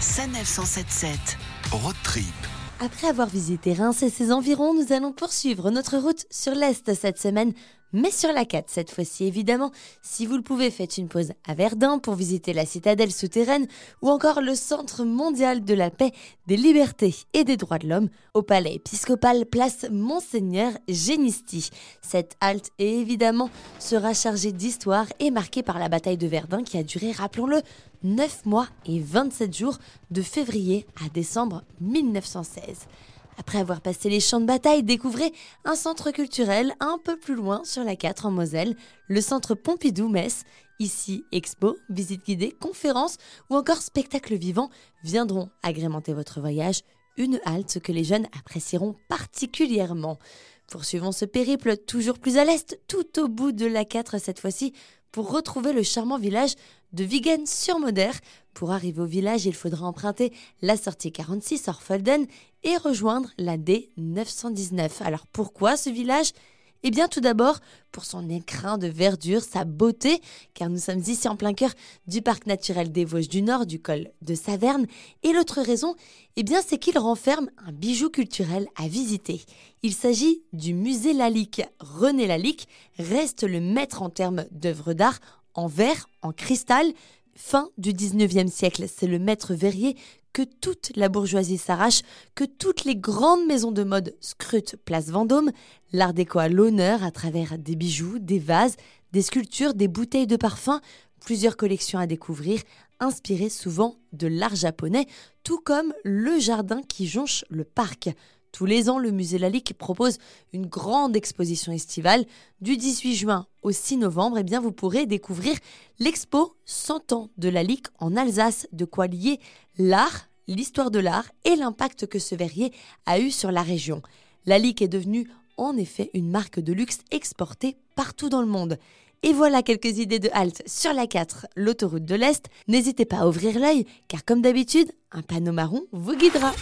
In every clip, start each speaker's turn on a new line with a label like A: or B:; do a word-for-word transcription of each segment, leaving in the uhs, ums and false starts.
A: Sanef cent sept sept. Road Trip.
B: Après avoir visité Reims et ses environs, nous allons poursuivre notre route sur l'Est cette semaine, mais sur l'A quatre cette fois-ci évidemment. Si vous le pouvez, faites une pause à Verdun pour visiter la citadelle souterraine ou encore le Centre mondial de la paix, des libertés et des droits de l'homme au palais épiscopal place Monseigneur Génisty. Cette halte évidemment sera chargée d'histoire et marquée par la bataille de Verdun qui a duré, rappelons-le, neuf mois et vingt-sept jours de février à décembre mille neuf cent seize. Après avoir passé les champs de bataille, découvrez un centre culturel un peu plus loin sur l'A quatre en Moselle, le centre Pompidou-Metz. Ici, expo, visites guidées, conférences ou encore spectacles vivants viendront agrémenter votre voyage, une halte que les jeunes apprécieront particulièrement. Poursuivons ce périple toujours plus à l'est, tout au bout de l'A quatre cette fois-ci, pour retrouver le charmant village de Wigen-sur-Moder. Pour arriver au village, il faudra emprunter la sortie quarante-six Orfelden et rejoindre la D neuf cent dix-neuf. Alors pourquoi ce village ? Eh bien tout d'abord pour son écrin de verdure, sa beauté, car nous sommes ici en plein cœur du parc naturel des Vosges du Nord, du col de Saverne. Et l'autre raison, eh bien c'est qu'il renferme un bijou culturel à visiter. Il s'agit du musée Lalique. René Lalique reste le maître en termes d'œuvres d'art en verre, en cristal. Fin du dix-neuvième siècle, c'est le maître verrier que toute la bourgeoisie s'arrache, que toutes les grandes maisons de mode scrutent place Vendôme. L'art déco a l'honneur à travers des bijoux, des vases, des sculptures, des bouteilles de parfum, plusieurs collections à découvrir, inspirées souvent de l'art japonais, tout comme le jardin qui jonche le parc. Tous les ans, le musée Lalique propose une grande exposition estivale. Du dix-huit juin au six novembre, eh bien, vous pourrez découvrir l'expo cent ans de Lalique en Alsace, de quoi lier l'art, l'histoire de l'art et l'impact que ce verrier a eu sur la région. Lalique est devenu en effet une marque de luxe exportée partout dans le monde. Et voilà quelques idées de halte sur l'A quatre, l'autoroute de l'Est. N'hésitez pas à ouvrir l'œil, car comme d'habitude, un panneau marron vous guidera.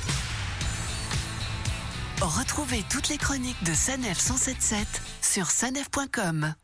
A: Retrouvez toutes les chroniques de Sanef cent sept sept sur sanef point com.